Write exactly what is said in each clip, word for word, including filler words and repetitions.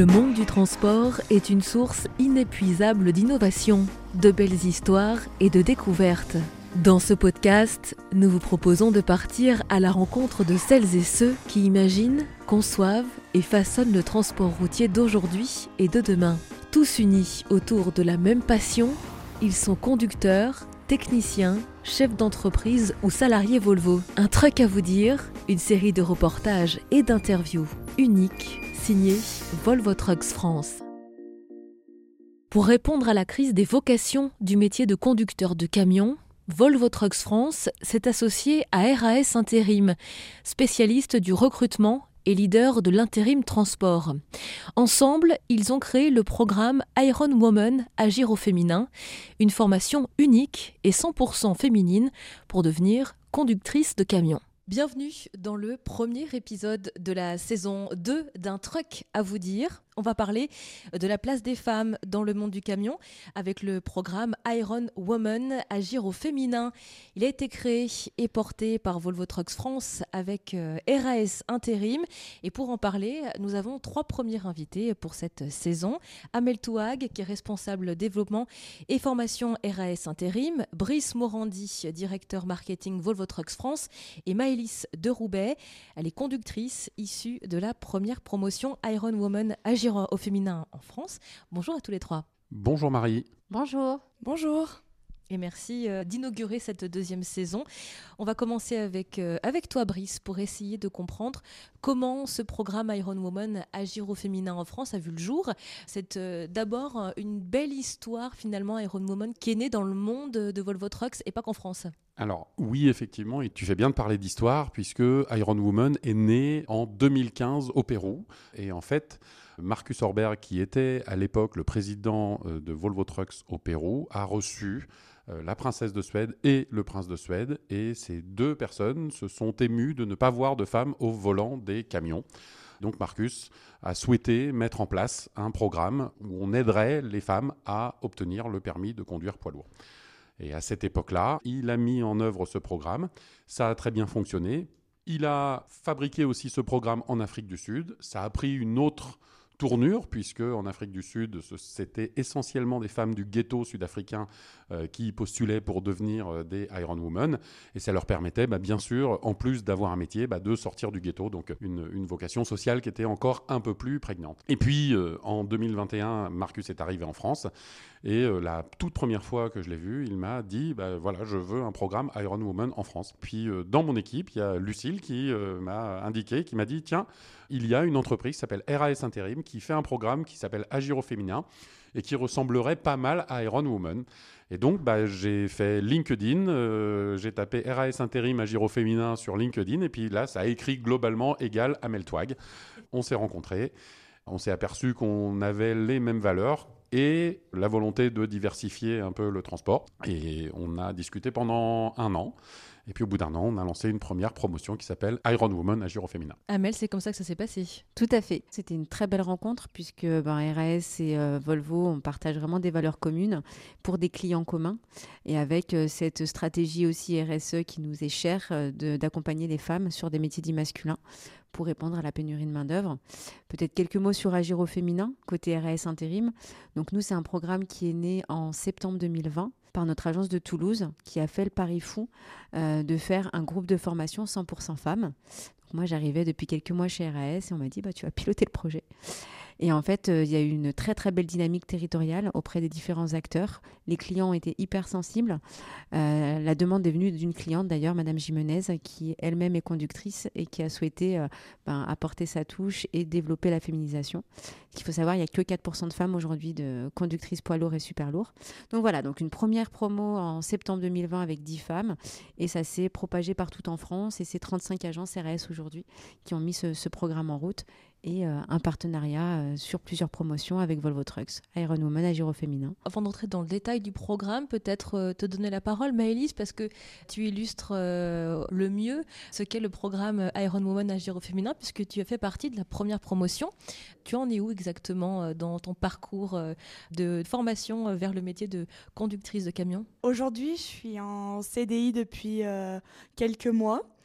Le monde du transport est une source inépuisable d'innovation, de belles histoires et de découvertes. Dans ce podcast, nous vous proposons de partir à la rencontre de celles et ceux qui imaginent, conçoivent et façonnent le transport routier d'aujourd'hui et de demain. Tous unis autour de la même passion, ils sont conducteurs, techniciens, chefs d'entreprise ou salariés Volvo. Un truc à vous dire, une série de reportages et d'interviews uniques, signée Volvo Trucks France. Pour répondre à la crise des vocations du métier de conducteur de camion, Volvo Trucks France s'est associé à R A S Intérim, spécialiste du recrutement et leader de l'intérim transport. Ensemble, ils ont créé le programme Iron Woman Agir au féminin, une formation unique et cent pour cent féminine pour devenir conductrice de camion. Bienvenue dans le premier épisode de la saison deux d'Un truc à vous dire. On va parler de la place des femmes dans le monde du camion avec le programme Iron Woman Agir au féminin. Il a été créé et porté par Volvo Trucks France avec R A S Intérim. Et pour en parler, nous avons trois premiers invités pour cette saison. Amel Touag, qui est responsable développement et formation R A S Intérim. Brice Morandi, directeur marketing Volvo Trucks France. Et Maëlys de Roubaix, elle est conductrice issue de la première promotion Iron Woman Agir au féminin en France. Bonjour à tous les trois. Bonjour Marie. Bonjour. Bonjour. Et merci euh, d'inaugurer cette deuxième saison. On va commencer avec, euh, avec toi Brice pour essayer de comprendre comment ce programme Iron Woman Agir au féminin en France a vu le jour. C'est euh, d'abord une belle histoire finalement Iron Woman qui est née dans le monde de Volvo Trucks et pas qu'en France. Alors oui, effectivement, et tu fais bien de parler d'histoire puisque Iron Woman est né en deux mille quinze au Pérou. Et en fait, Marcus Orberg, qui était à l'époque le président de Volvo Trucks au Pérou, a reçu la princesse de Suède et le prince de Suède. Et ces deux personnes se sont émues de ne pas voir de femmes au volant des camions. Donc Marcus a souhaité mettre en place un programme où on aiderait les femmes à obtenir le permis de conduire poids lourd. Et à cette époque-là, il a mis en œuvre ce programme. Ça a très bien fonctionné. Il a fabriqué aussi ce programme en Afrique du Sud. Ça a pris une autre tournure, puisque en Afrique du Sud, c'était essentiellement des femmes du ghetto sud-africain euh, qui postulaient pour devenir euh, des Iron Women. Et ça leur permettait, bah, bien sûr, en plus d'avoir un métier, bah, de sortir du ghetto. Donc une, une vocation sociale qui était encore un peu plus prégnante. Et puis, euh, en deux mille vingt et un, Marcus est arrivé en France. Et euh, la toute première fois que je l'ai vu, il m'a dit bah, voilà, je veux un programme Iron Woman en France. Puis euh, dans mon équipe, il y a Lucille qui euh, m'a indiqué, qui m'a dit tiens, il y a une entreprise qui s'appelle R A S Intérim qui fait un programme qui s'appelle Agir au féminin et qui ressemblerait pas mal à Iron Woman. Et donc, bah, j'ai fait LinkedIn, euh, j'ai tapé R A S Intérim Agir au féminin sur LinkedIn et puis là, ça a écrit globalement égal Amel Touag. On s'est rencontrés, on s'est aperçu qu'on avait les mêmes valeurs et la volonté de diversifier un peu le transport. Et on a discuté pendant un an. Et puis au bout d'un an, on a lancé une première promotion qui s'appelle Iron Woman Agir au féminin. Amel, c'est comme ça que ça s'est passé. Tout à fait. C'était une très belle rencontre puisque ben, R A S et euh, Volvo, on partage vraiment des valeurs communes pour des clients communs. Et avec euh, cette stratégie aussi R S E qui nous est chère euh, de, d'accompagner les femmes sur des métiers dits masculins pour répondre à la pénurie de main-d'œuvre. Peut-être quelques mots sur Agir au féminin, côté R A S Intérim. Donc nous, c'est un programme qui est né en septembre deux mille vingt par notre agence de Toulouse qui a fait le pari fou euh, de faire un groupe de formation cent pour cent femmes. Donc moi, j'arrivais depuis quelques mois chez R A S et on m'a dit bah, « tu vas piloter le projet ». Et en fait, euh, il y a eu une très très belle dynamique territoriale auprès des différents acteurs. Les clients ont été hyper sensibles. Euh, la demande est venue d'une cliente d'ailleurs, Madame Jimenez, qui elle-même est conductrice et qui a souhaité euh, ben, apporter sa touche et développer la féminisation. Il faut savoir, il n'y a que quatre pour cent de femmes aujourd'hui de conductrices poids lourds et super lourds. Donc voilà, donc une première promo en septembre deux mille vingt avec dix femmes et ça s'est propagé partout en France et c'est trente-cinq agences R A S aujourd'hui qui ont mis ce, ce programme en route et euh, un partenariat euh, sur plusieurs promotions avec Volvo Trucks, Iron Woman Agir au féminin. Avant d'entrer dans le détail du programme, peut-être euh, te donner la parole, Maëlys, parce que tu illustres euh, le mieux ce qu'est le programme Iron Woman Agir au féminin, puisque tu as fait partie de la première promotion. Tu en es où exactement euh, dans ton parcours euh, de formation euh, vers le métier de conductrice de camion ? Aujourd'hui, je suis en C D I depuis euh, quelques mois.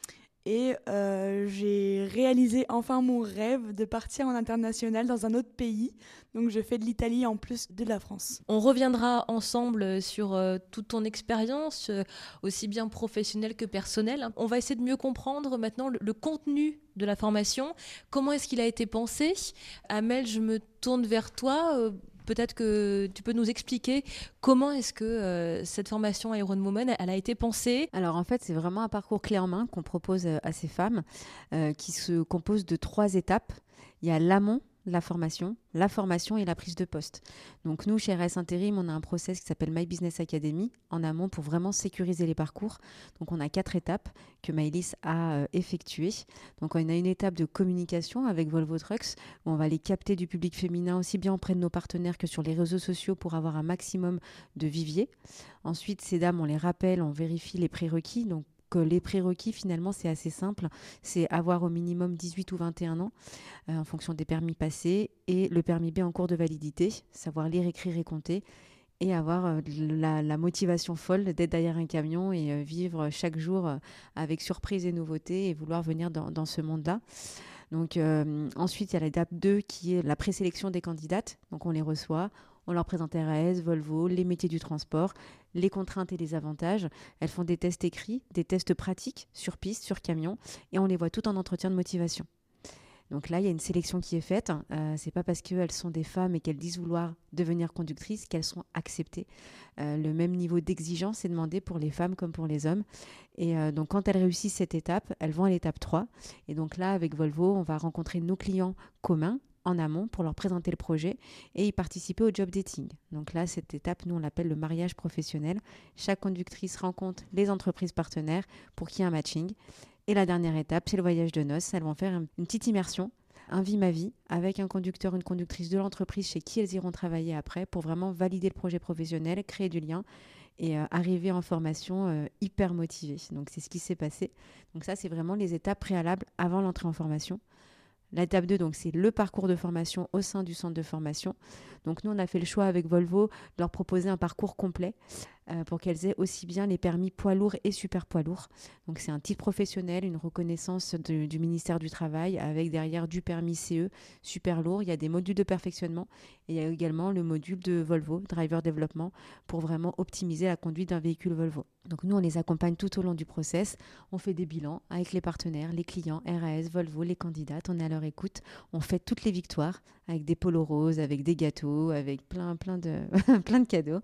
et euh, j'ai réalisé enfin mon rêve de partir en international dans un autre pays. Donc je fais de l'Italie en plus de la France. On reviendra ensemble sur euh, toute ton expérience, euh, aussi bien professionnelle que personnelle. On va essayer de mieux comprendre maintenant le, le contenu de la formation. Comment est-ce qu'il a été pensé ? Amel, je me tourne vers toi. Euh, peut-être que tu peux nous expliquer comment est-ce que euh, cette formation Iron Woman, elle a été pensée ? Alors en fait, c'est vraiment un parcours clé en main qu'on propose à ces femmes euh, qui se compose de trois étapes. Il y a l'amont, la formation, la formation et la prise de poste. Donc nous, chez R S Intérim, on a un process qui s'appelle My Business Academy en amont pour vraiment sécuriser les parcours. Donc on a quatre étapes que Maëlys a euh, effectuées. Donc on a une étape de communication avec Volvo Trucks où on va aller capter du public féminin aussi bien auprès de nos partenaires que sur les réseaux sociaux pour avoir un maximum de viviers. Ensuite, ces dames, on les rappelle, on vérifie les prérequis. Donc que les prérequis, finalement, c'est assez simple. C'est avoir au minimum dix-huit ou vingt et un ans euh, en fonction des permis passés et le permis B en cours de validité, savoir lire, écrire et compter et avoir euh, la, la motivation folle d'être derrière un camion et euh, vivre chaque jour euh, avec surprise et nouveauté et vouloir venir dans, dans ce monde-là. Donc euh, ensuite, il y a l'étape deux qui est la présélection des candidates. Donc on les reçoit. On leur présente R S, Volvo, les métiers du transport, les contraintes et les avantages. Elles font des tests écrits, des tests pratiques sur piste, sur camion, et on les voit toutes en entretien de motivation. Donc là, il y a une sélection qui est faite. Euh, c'est pas parce qu'elles sont des femmes et qu'elles disent vouloir devenir conductrices qu'elles sont acceptées. Euh, le même niveau d'exigence est demandé pour les femmes comme pour les hommes. Et euh, donc, quand elles réussissent cette étape, elles vont à l'étape trois. Et donc là, avec Volvo, on va rencontrer nos clients communs en amont pour leur présenter le projet et y participer au job dating. Donc là, cette étape, nous, on l'appelle le mariage professionnel. Chaque conductrice rencontre les entreprises partenaires pour qu'il y ait un matching. Et la dernière étape, c'est le voyage de noces. Elles vont faire une petite immersion, un vie ma vie, avec un conducteur, une conductrice de l'entreprise chez qui elles iront travailler après pour vraiment valider le projet professionnel, créer du lien et euh, arriver en formation euh, hyper motivée. Donc c'est ce qui s'est passé. Donc ça, c'est vraiment les étapes préalables avant l'entrée en formation. L'étape deux, donc, c'est le parcours de formation au sein du centre de formation. Donc nous, on a fait le choix avec Volvo de leur proposer un parcours complet euh, pour qu'elles aient aussi bien les permis poids lourds et super poids lourds. Donc c'est un titre professionnel, une reconnaissance de, du ministère du Travail avec derrière du permis C E super lourd. Il y a des modules de perfectionnement et il y a également le module de Volvo, Driver Development, pour vraiment optimiser la conduite d'un véhicule Volvo. Donc nous, on les accompagne tout au long du process. On fait des bilans avec les partenaires, les clients, R A S, Volvo, les candidates. On est à leur écoute. On fête toutes les victoires avec des polos roses, avec des gâteaux, avec plein, plein, de, plein de cadeaux.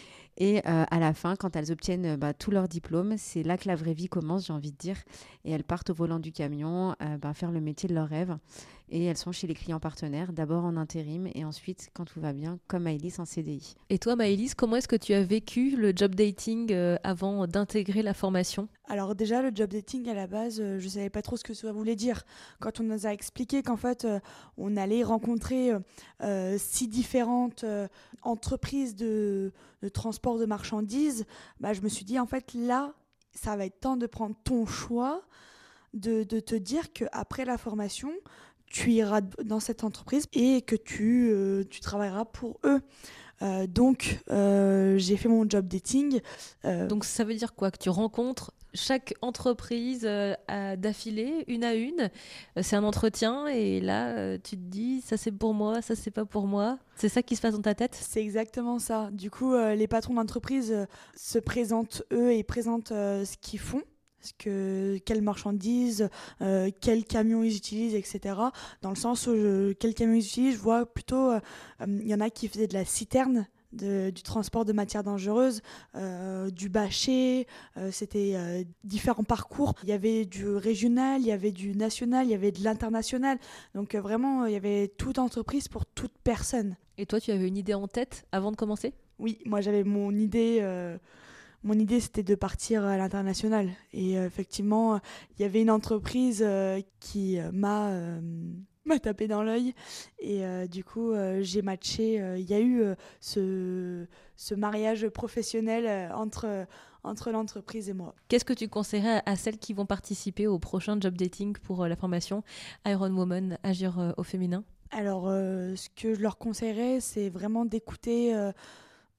Et euh, à la fin, quand elles obtiennent bah, tous leurs diplômes, c'est là que la vraie vie commence, j'ai envie de dire. Et elles partent au volant du camion, euh, bah, faire le métier de leur rêve. Et elles sont chez les clients partenaires, d'abord en intérim et ensuite, quand tout va bien, comme Maëlys en C D I. Et toi, Maëlys, comment est-ce que tu as vécu le job dating euh, avant d'intégrer la formation ? Alors déjà, le job dating, à la base, euh, je ne savais pas trop ce que ça voulait dire. Quand on nous a expliqué qu'en fait, euh, on allait rencontrer euh, six différentes euh, entreprises de, de transport de marchandises, bah, je me suis dit, en fait, là, ça va être temps de prendre ton choix, de, de te dire qu'après la formation, tu iras dans cette entreprise et que tu, euh, tu travailleras pour eux. Euh, donc, euh, j'ai fait mon job dating. Euh... Donc, ça veut dire quoi ? Que tu rencontres chaque entreprise euh, à, d'affilée, une à une. Euh, c'est un entretien et là, euh, tu te dis, ça c'est pour moi, ça c'est pas pour moi. C'est ça qui se passe dans ta tête ? C'est exactement ça. Du coup, euh, les patrons d'entreprise euh, se présentent eux et présentent euh, ce qu'ils font. Que, quelles marchandises, euh, quels camions ils utilisent, et cetera. Dans le sens où je, quels camions ils utilisent, je vois plutôt, il euh, y en a qui faisaient de la citerne, de, du transport de matières dangereuses, euh, du bâché, euh, c'était euh, différents parcours. Il y avait du régional, il y avait du national, il y avait de l'international. Donc euh, vraiment, il y avait toute entreprise pour toute personne. Et toi, tu avais une idée en tête avant de commencer ? Oui, moi j'avais mon idée... Euh, Mon idée, c'était de partir à l'international. Et euh, effectivement, il y avait une entreprise euh, qui euh, m'a, euh, m'a tapé dans l'œil. Et euh, du coup, euh, j'ai matché. Il euh, y a eu euh, ce, ce mariage professionnel euh, entre, entre l'entreprise et moi. Qu'est-ce que tu conseillerais à celles qui vont participer au prochain job dating pour euh, la formation Iron Woman, agir euh, au féminin ? Alors, euh, ce que je leur conseillerais, c'est vraiment d'écouter... Euh,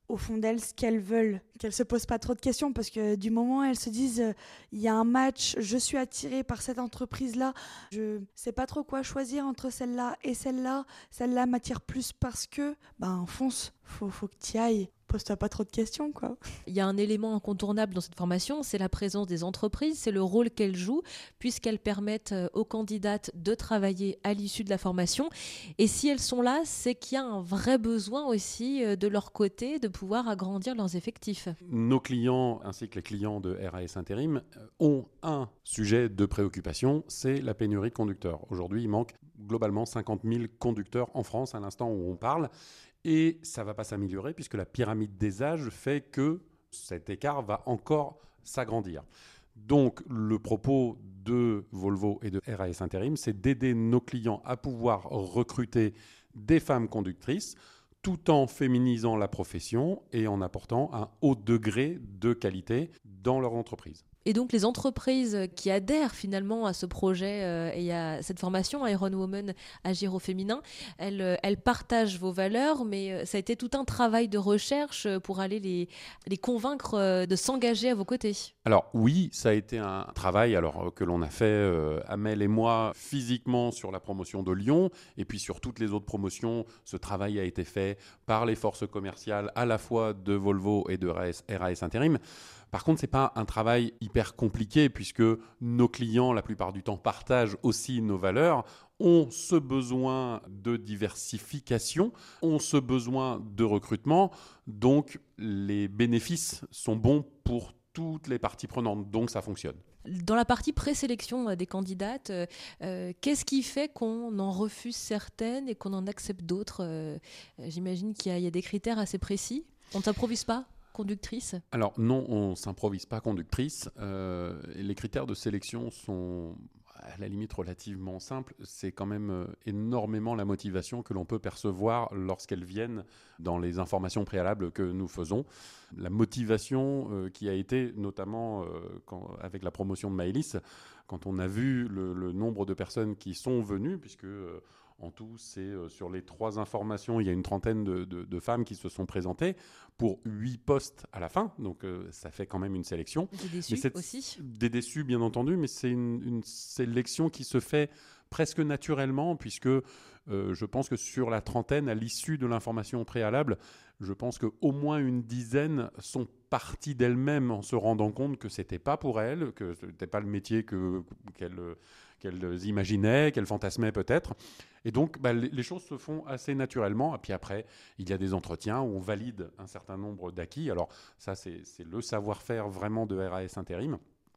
au fond d'elles ce qu'elles veulent, qu'elles se posent pas trop de questions, parce que du moment où elles se disent euh, il y a un match, je suis attirée par cette entreprise-là, je sais pas trop quoi choisir entre celle-là et celle-là, celle-là m'attire plus parce que, ben fonce, faut, faut que tu y ailles. Pose-toi pas trop de questions, quoi. Il y a un élément incontournable dans cette formation, c'est la présence des entreprises, c'est le rôle qu'elles jouent, puisqu'elles permettent aux candidates de travailler à l'issue de la formation. Et si elles sont là, c'est qu'il y a un vrai besoin aussi de leur côté de pouvoir agrandir leurs effectifs. Nos clients, ainsi que les clients de R A S Intérim, ont un sujet de préoccupation, c'est la pénurie de conducteurs. Aujourd'hui, il manque globalement cinquante mille conducteurs en France à l'instant où on parle. Et ça ne va pas s'améliorer puisque la pyramide des âges fait que cet écart va encore s'agrandir. Donc, le propos de Volvo et de R A S Intérim, c'est d'aider nos clients à pouvoir recruter des femmes conductrices tout en féminisant la profession et en apportant un haut degré de qualité dans leur entreprise. Et donc les entreprises qui adhèrent finalement à ce projet euh, et à cette formation Iron Woman Agir au féminin, elles, elles partagent vos valeurs, mais ça a été tout un travail de recherche pour aller les, les convaincre de s'engager à vos côtés. Alors oui, ça a été un travail alors, que l'on a fait, euh, Amel et moi, physiquement sur la promotion de Lyon, et puis sur toutes les autres promotions, ce travail a été fait par les forces commerciales à la fois de Volvo et de R A S Intérim. Par contre, ce n'est pas un travail hyper compliqué puisque nos clients, la plupart du temps, partagent aussi nos valeurs, ont ce besoin de diversification, ont ce besoin de recrutement. Donc, les bénéfices sont bons pour toutes les parties prenantes. Donc, ça fonctionne. Dans la partie présélection des candidates, euh, qu'est-ce qui fait qu'on en refuse certaines et qu'on en accepte d'autres ? euh, J'imagine qu'il y a, il y a des critères assez précis. On ne s'improvise pas ? Conductrice ? Alors non, on ne s'improvise pas conductrice. Euh, les critères de sélection sont à la limite relativement simples. C'est quand même euh, énormément la motivation que l'on peut percevoir lorsqu'elles viennent dans les informations préalables que nous faisons. La motivation euh, qui a été notamment euh, quand, avec la promotion de Maëlys, quand on a vu le, le nombre de personnes qui sont venues, puisque... Euh, En tout, c'est euh, sur les trois informations, il y a une trentaine de, de, de femmes qui se sont présentées pour huit postes à la fin. Donc, euh, ça fait quand même une sélection. Des déçus mais aussi. Des déçus, bien entendu, mais c'est une, une sélection qui se fait presque naturellement, puisque euh, je pense que sur la trentaine, à l'issue de l'information préalable, je pense qu'au moins une dizaine sont parties d'elles-mêmes en se rendant compte que ce n'était pas pour elles, que ce n'était pas le métier que, qu'elles, qu'elles imaginaient, qu'elles fantasmaient peut-être. Et donc, bah, les, les choses se font assez naturellement. Et puis après, il y a des entretiens où on valide un certain nombre d'acquis. Alors ça, c'est, c'est le savoir-faire vraiment de R A S Intérim.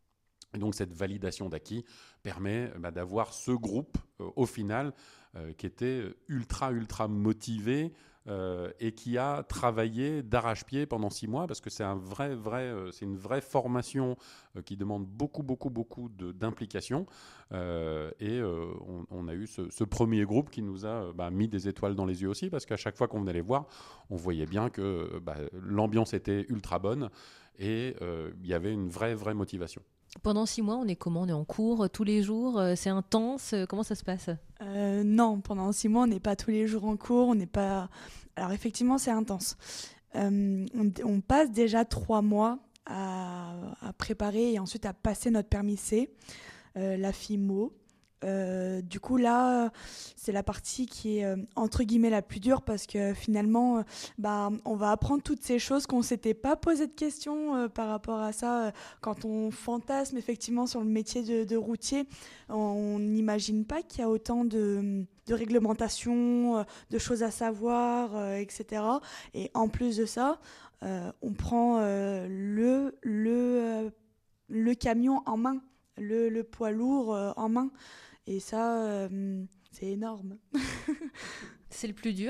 Et donc, cette validation d'acquis permet bah, d'avoir ce groupe, euh, au final, euh, qui était ultra, ultra motivé euh, et qui a travaillé d'arrache-pied pendant six mois, parce que c'est, un vrai, vrai, euh, c'est une vraie formation euh, qui demande beaucoup, beaucoup, beaucoup de, d'implication. Euh, et euh, on, on a eu ce, ce premier groupe qui nous a bah, mis des étoiles dans les yeux aussi, parce qu'à chaque fois qu'on venait les voir, on voyait bien que bah, l'ambiance était ultra bonne et euh, il y avait une vraie, vraie motivation. Pendant six mois, on est comment ? On est en cours tous les jours ? C'est intense ? Comment ça se passe ? euh, Non, pendant six mois, on n'est pas tous les jours en cours. On n'est pas. Alors effectivement, c'est intense. Euh, on, on passe déjà trois mois à, à préparer et ensuite à passer notre permis C, euh, la F I M O. Euh, du coup là c'est la partie qui est euh, entre guillemets la plus dure parce que finalement euh, bah, on va apprendre toutes ces choses qu'on ne s'était pas posé de questions euh, par rapport à ça. Euh, quand on fantasme effectivement sur le métier de, de routier, on n'imagine pas qu'il y a autant de, de réglementations, euh, de choses à savoir, euh, et cetera. Et en plus de ça, euh, on prend euh, le, le, euh, le camion en main, le, le poids lourd euh, en main. Et ça, euh, c'est énorme. C'est le plus dur ?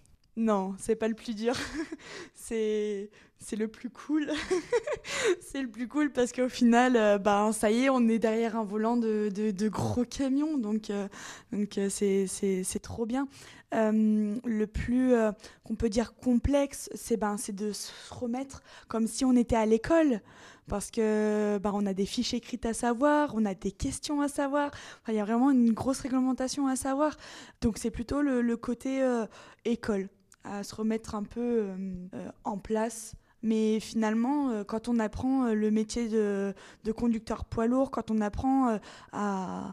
Non, c'est pas le plus dur. c'est, c'est le plus cool. C'est le plus cool parce qu'au final, euh, bah, ça y est, on est derrière un volant de, de, de gros camions. Donc, euh, donc euh, c'est, c'est, c'est trop bien. Euh, le plus, euh, qu'on peut dire complexe, c'est, ben, c'est de se remettre comme si on était à l'école. Parce que bah, on a des fiches écrites à savoir, on a des questions à savoir. Enfin, il y a vraiment une grosse réglementation à savoir. Donc c'est plutôt le, le côté euh, école. à se remettre un peu euh, euh, en place. Mais finalement, euh, quand on apprend euh, le métier de, de conducteur poids lourd, quand on apprend euh, à,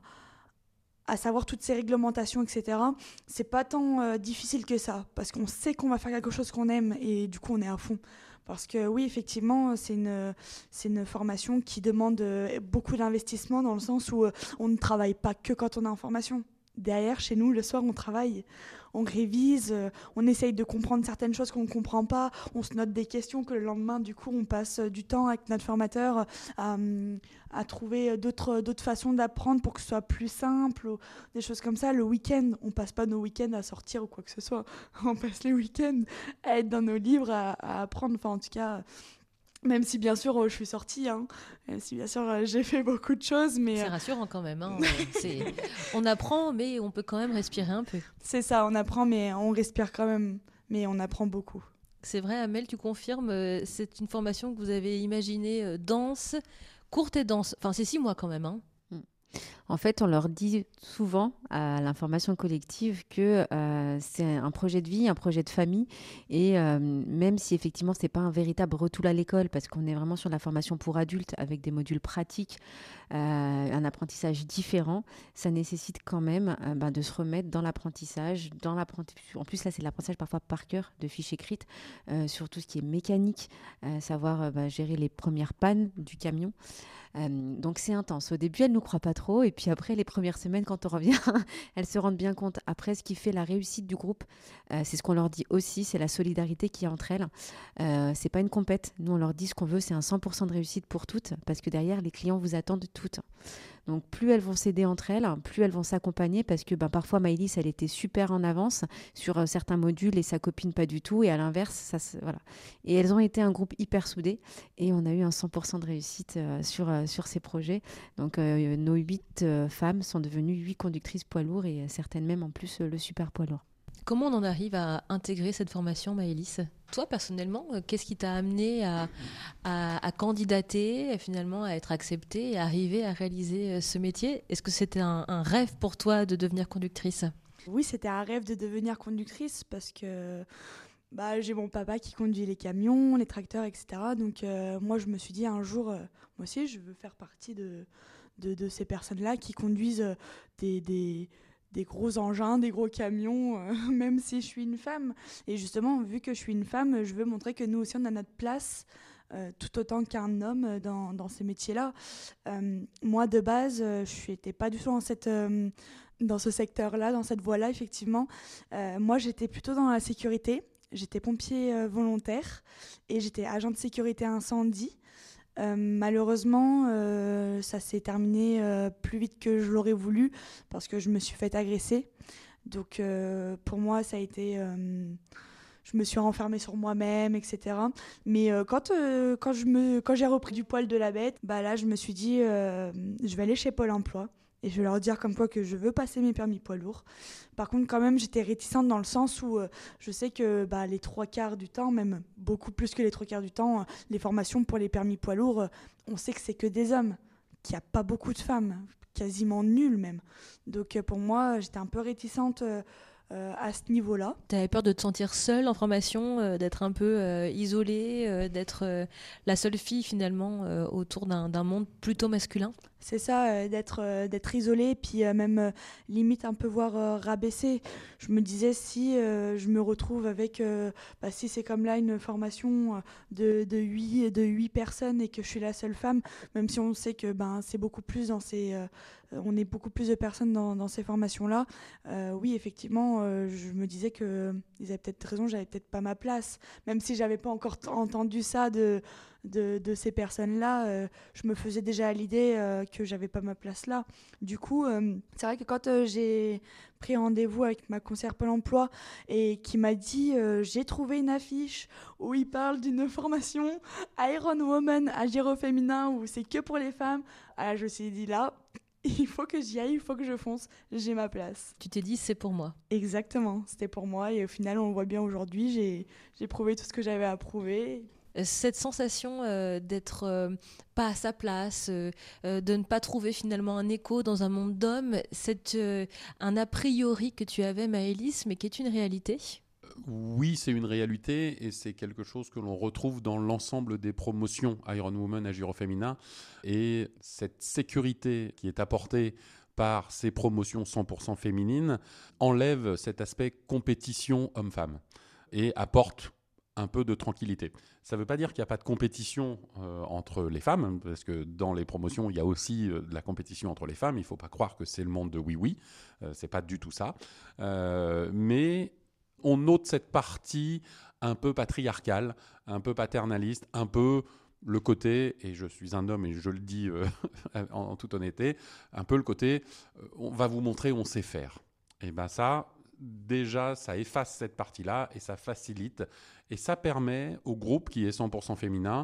à savoir toutes ces réglementations, et cetera, c'est pas tant euh, difficile que ça, parce qu'on sait qu'on va faire quelque chose qu'on aime et du coup on est à fond. Parce que oui, effectivement, c'est une, c'est une formation qui demande euh, beaucoup d'investissement dans le sens où euh, on ne travaille pas que quand on est en formation. Derrière, chez nous, le soir, on travaille, on révise, euh, on essaye de comprendre certaines choses qu'on ne comprend pas, on se note des questions que le lendemain, du coup, on passe du temps avec notre formateur à, à trouver d'autres, d'autres façons d'apprendre pour que ce soit plus simple, ou des choses comme ça. Le week-end, on passe pas nos week-ends à sortir ou quoi que ce soit, on passe les week-ends à être dans nos livres, à, à apprendre, enfin en tout cas... Même si bien sûr je suis sortie, hein. Même si bien sûr j'ai fait beaucoup de choses, mais c'est rassurant quand même. Hein. c'est... On apprend, mais on peut quand même respirer un peu. C'est ça, on apprend, mais on respire quand même, mais on apprend beaucoup. C'est vrai, Amel, tu confirmes, c'est une formation que vous avez imaginée dense, courte et dense. Enfin, c'est six mois quand même. Hein. En fait, on leur dit souvent à l'information collective que euh, c'est un projet de vie, un projet de famille. Et euh, même si effectivement, ce n'est pas un véritable retour à l'école, parce qu'on est vraiment sur la formation pour adultes avec des modules pratiques, euh, un apprentissage différent, ça nécessite quand même euh, bah, de se remettre dans l'apprentissage. Dans l'apprentissage. En plus, là, c'est l'apprentissage parfois par cœur de fiches écrites euh, sur tout ce qui est mécanique, euh, savoir euh, bah, gérer les premières pannes du camion. Euh, donc c'est intense. Au début, elle ne nous croit pas trop. Et puis après, les premières semaines, quand on revient, elles se rendent bien compte. Après, ce qui fait la réussite du groupe, euh, c'est ce qu'on leur dit aussi, c'est la solidarité qu'il y a entre elles. Euh, c'est pas une compète. Nous, on leur dit ce qu'on veut, c'est un cent pour cent de réussite pour toutes, parce que derrière, les clients vous attendent toutes. Donc plus elles vont s'aider entre elles, plus elles vont s'accompagner, parce que ben, parfois Maëlys, elle était super en avance sur euh, certains modules et sa copine pas du tout, et à l'inverse, ça, voilà. Et elles ont été un groupe hyper soudé, et on a eu un cent pour cent de réussite euh, sur, euh, sur ces projets. Donc euh, nos huit euh, femmes sont devenues huit conductrices poids lourds, et euh, certaines même en plus euh, le super poids lourd. Comment on en arrive à intégrer cette formation, Maëlys ? Toi, personnellement, qu'est-ce qui t'a amené à, à, à candidater, finalement à être acceptée et à arriver à réaliser ce métier ? Est-ce que c'était un, un rêve pour toi de devenir conductrice ? Oui, c'était un rêve de devenir conductrice parce que bah, j'ai mon papa qui conduit les camions, les tracteurs, et cetera. Donc euh, moi, je me suis dit un jour, euh, moi aussi, je veux faire partie de, de, de ces personnes-là qui conduisent euh, des... des des gros engins, des gros camions, euh, même si je suis une femme. Et justement, vu que je suis une femme, je veux montrer que nous aussi, on a notre place, euh, tout autant qu'un homme dans, dans ces métiers-là. Euh, moi, de base, euh, je n'étais pas du tout dans, cette, euh, dans ce secteur-là, dans cette voie-là, effectivement. Euh, moi, j'étais plutôt dans la sécurité. J'étais pompier euh, volontaire et j'étais agent de sécurité incendie. Euh, malheureusement, euh, ça s'est terminé euh, plus vite que je l'aurais voulu parce que je me suis fait agresser. Donc euh, pour moi, ça a été... Euh, je me suis renfermée sur moi-même, et cetera. Mais euh, quand, euh, quand, je me, quand j'ai repris du poil de la bête, bah là, je me suis dit, euh, je vais aller chez Pôle emploi. Et je vais leur dire comme quoi que je veux passer mes permis poids lourds. Par contre, quand même, j'étais réticente dans le sens où euh, je sais que bah, les trois quarts du temps, même beaucoup plus que les trois quarts du temps, euh, les formations pour les permis poids lourds, euh, on sait que c'est que des hommes, qu'il n'y a pas beaucoup de femmes, quasiment nul même. Donc euh, pour moi, j'étais un peu réticente euh, euh, à ce niveau-là. Tu avais peur de te sentir seule en formation, euh, d'être un peu euh, isolée, euh, d'être euh, la seule fille finalement euh, autour d'un, d'un monde plutôt masculin ? C'est ça, euh, d'être, euh, d'être isolée, puis euh, même euh, limite un peu voire euh, rabaissée. Je me disais si euh, je me retrouve avec, euh, bah, si c'est comme là une formation de, de, huit, de huit personnes et que je suis la seule femme, même si on sait que ben, c'est beaucoup plus dans ces, euh, on est beaucoup plus de personnes dans, dans ces formations-là, euh, oui effectivement, euh, je me disais qu'ils avaient peut-être raison, j'avais peut-être pas ma place, même si j'avais pas encore t- entendu ça de... De, de ces personnes-là, euh, je me faisais déjà à l'idée euh, que j'avais pas ma place là. Du coup, euh, c'est vrai que quand euh, j'ai pris rendez-vous avec ma conseillère Pôle emploi et qui m'a dit euh, j'ai trouvé une affiche où il parle d'une formation Iron Woman à Giro féminin où c'est que pour les femmes, alors je me suis dit là, il faut que j'y aille, il faut que je fonce, j'ai ma place. Tu t'es dit c'est pour moi. Exactement, c'était pour moi et au final on le voit bien aujourd'hui, j'ai, j'ai prouvé tout ce que j'avais à prouver. Cette sensation euh, d'être euh, pas à sa place, euh, euh, de ne pas trouver finalement un écho dans un monde d'hommes, c'est euh, un a priori que tu avais, Maëlys, mais qui est une réalité ? oui, c'est une réalité et c'est quelque chose que l'on retrouve dans l'ensemble des promotions Iron Woman à Giro Féminin. Et cette sécurité qui est apportée par ces promotions cent pour cent féminines enlève cet aspect compétition homme-femme et apporte un peu de tranquillité. Ça ne veut pas dire qu'il n'y a pas de compétition euh, entre les femmes, parce que dans les promotions, il y a aussi euh, de la compétition entre les femmes. Il ne faut pas croire que c'est le monde de oui-oui. Euh, ce n'est pas du tout ça. Euh, mais on note cette partie un peu patriarcale, un peu paternaliste, un peu le côté, et je suis un homme et je le dis euh, en, en toute honnêteté, un peu le côté, euh, on va vous montrer, on sait faire. Et bien ça, déjà, ça efface cette partie-là et ça facilite. Et ça permet au groupe qui est cent pour cent féminin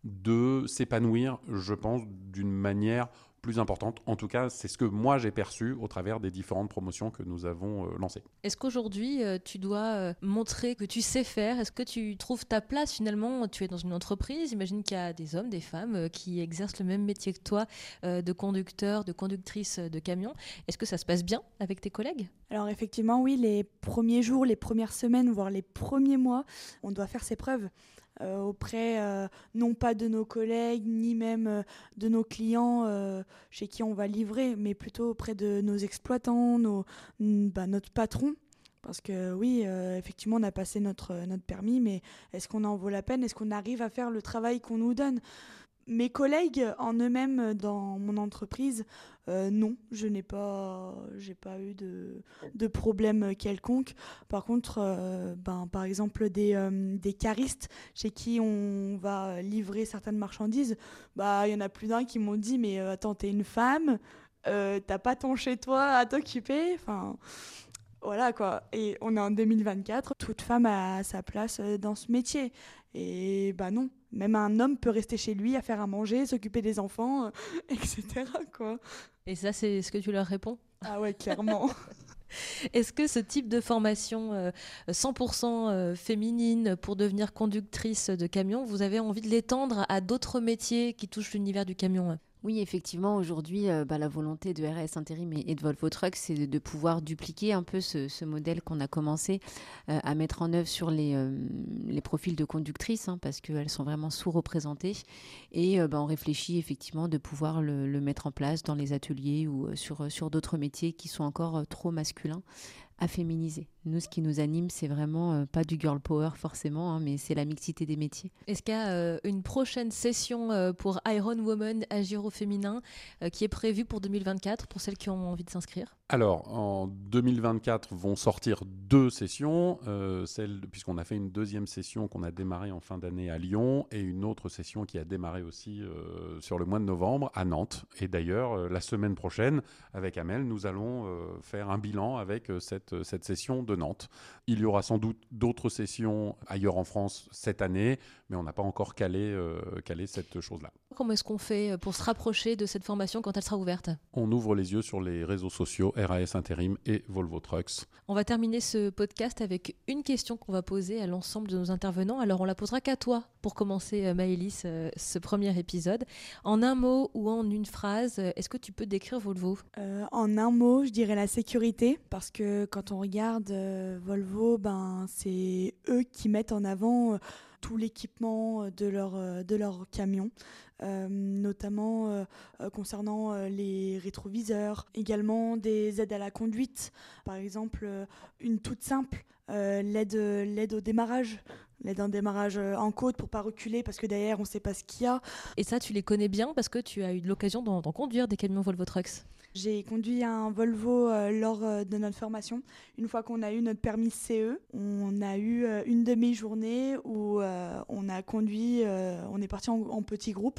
de s'épanouir, je pense, d'une manière plus importante. En tout cas, c'est ce que moi j'ai perçu au travers des différentes promotions que nous avons euh, lancées. Est-ce qu'aujourd'hui, euh, tu dois euh, montrer que tu sais faire ? Est-ce que tu trouves ta place finalement ? Tu es dans une entreprise, j'imagine qu'il y a des hommes, des femmes euh, qui exercent le même métier que toi, euh, de conducteur, de conductrice de camion. Est-ce que ça se passe bien avec tes collègues ? Alors effectivement, oui, les premiers jours, les premières semaines, voire les premiers mois, on doit faire ses preuves. Euh, auprès euh, non pas de nos collègues ni même euh, de nos clients euh, chez qui on va livrer, mais plutôt auprès de nos exploitants, nos, bah, notre patron. Parce que oui, euh, effectivement, on a passé notre, notre permis, mais est-ce qu'on en vaut la peine ? Est-ce qu'on arrive à faire le travail qu'on nous donne ? Mes collègues en eux-mêmes dans mon entreprise, euh, non, je n'ai pas, j'ai pas eu de, de problème quelconque. Par contre, euh, ben, par exemple, des, euh, des caristes chez qui on va livrer certaines marchandises, bah, il y en a plus d'un qui m'ont dit « Mais euh, attends, t'es une femme, euh, t'as pas ton chez-toi à t'occuper ?» Enfin, voilà quoi. Et on est en deux mille vingt-quatre, toute femme a sa place dans ce métier. Et bah non. Même un homme peut rester chez lui à faire à manger, s'occuper des enfants, euh, et cetera quoi. Et ça, c'est ce que tu leur réponds ? Ah ouais, clairement. Est-ce que ce type de formation euh, cent pour cent euh, féminine pour devenir conductrice de camion, vous avez envie de l'étendre à d'autres métiers qui touchent l'univers du camion ? Oui, effectivement, aujourd'hui, euh, bah, la volonté de R S Intérim et, et de Volvo Trucks, c'est de, de pouvoir dupliquer un peu ce, ce modèle qu'on a commencé euh, à mettre en œuvre sur les, euh, les profils de conductrices, hein, parce qu'elles sont vraiment sous-représentées. Et euh, bah, on réfléchit effectivement de pouvoir le, le mettre en place dans les ateliers ou euh, sur, sur d'autres métiers qui sont encore euh, trop masculins à féminiser. Nous, ce qui nous anime, c'est vraiment euh, pas du girl power forcément, hein, mais c'est la mixité des métiers. Est-ce qu'il y a euh, une prochaine session euh, pour Iron Woman à Giro Féminin euh, qui est prévue pour deux mille vingt-quatre pour celles qui ont envie de s'inscrire ? Alors, en deux mille vingt-quatre vont sortir deux sessions, euh, celle, puisqu'on a fait une deuxième session qu'on a démarrée en fin d'année à Lyon et une autre session qui a démarré aussi euh, sur le mois de novembre à Nantes. Et d'ailleurs, euh, la semaine prochaine, avec Amel, nous allons euh, faire un bilan avec euh, cette, cette session de Nantes. Il y aura sans doute d'autres sessions ailleurs en France cette année, mais on n'a pas encore calé, euh, calé cette chose-là. Comment est-ce qu'on fait pour se rapprocher de cette formation quand elle sera ouverte ? On ouvre les yeux sur les réseaux sociaux R A S Intérim et Volvo Trucks. On va terminer ce podcast avec une question qu'on va poser à l'ensemble de nos intervenants. Alors on la posera qu'à toi pour commencer, Maëlys, ce premier épisode. En un mot ou en une phrase, est-ce que tu peux décrire Volvo ? euh, En un mot, je dirais la sécurité, parce que quand on regarde euh, Volvo, ben, c'est eux qui mettent en avant euh, tout l'équipement de leur, euh, de leur camion. Euh, notamment euh, euh, concernant euh, les rétroviseurs, également des aides à la conduite, par exemple euh, une toute simple, euh, l'aide, l'aide au démarrage, l'aide en démarrage en côte pour pas reculer parce que derrière on sait pas ce qu'il y a. Et ça tu les connais bien parce que tu as eu l'occasion d'en, d'en conduire des camions Volvo Trucks. J'ai conduit un Volvo euh, lors euh, de notre formation. Une fois qu'on a eu notre permis C E, on a eu euh, une demi-journée où euh, on a conduit, euh, on est parti en, en petits groupes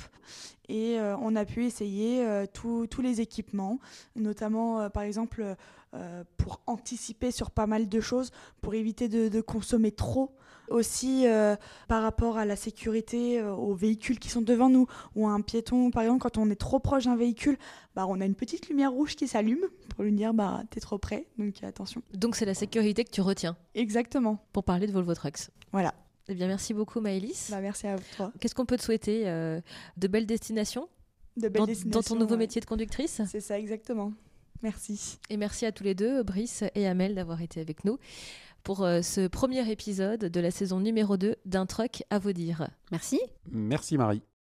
et euh, on a pu essayer euh, tous les équipements, notamment euh, par exemple euh, pour anticiper sur pas mal de choses, pour éviter de, de consommer trop. Aussi euh, par rapport à la sécurité euh, aux véhicules qui sont devant nous ou à un piéton, par exemple, quand on est trop proche d'un véhicule, bah, on a une petite lumière rouge qui s'allume pour lui dire bah, t'es trop près, donc attention. Donc c'est la sécurité que tu retiens. Exactement. Pour parler de Volvo Trucks. Voilà. Eh bien, merci beaucoup Maëlys. Bah, merci à toi. Qu'est-ce qu'on peut te souhaiter euh, de belles destinations De belles dans, destinations dans ton nouveau ouais. métier de conductrice ? C'est ça, exactement. Merci. Et merci à tous les deux, Brice et Amel, d'avoir été avec nous pour euh, ce premier épisode de la saison numéro deux d'Un truck à vous dire. Merci. Merci Marie.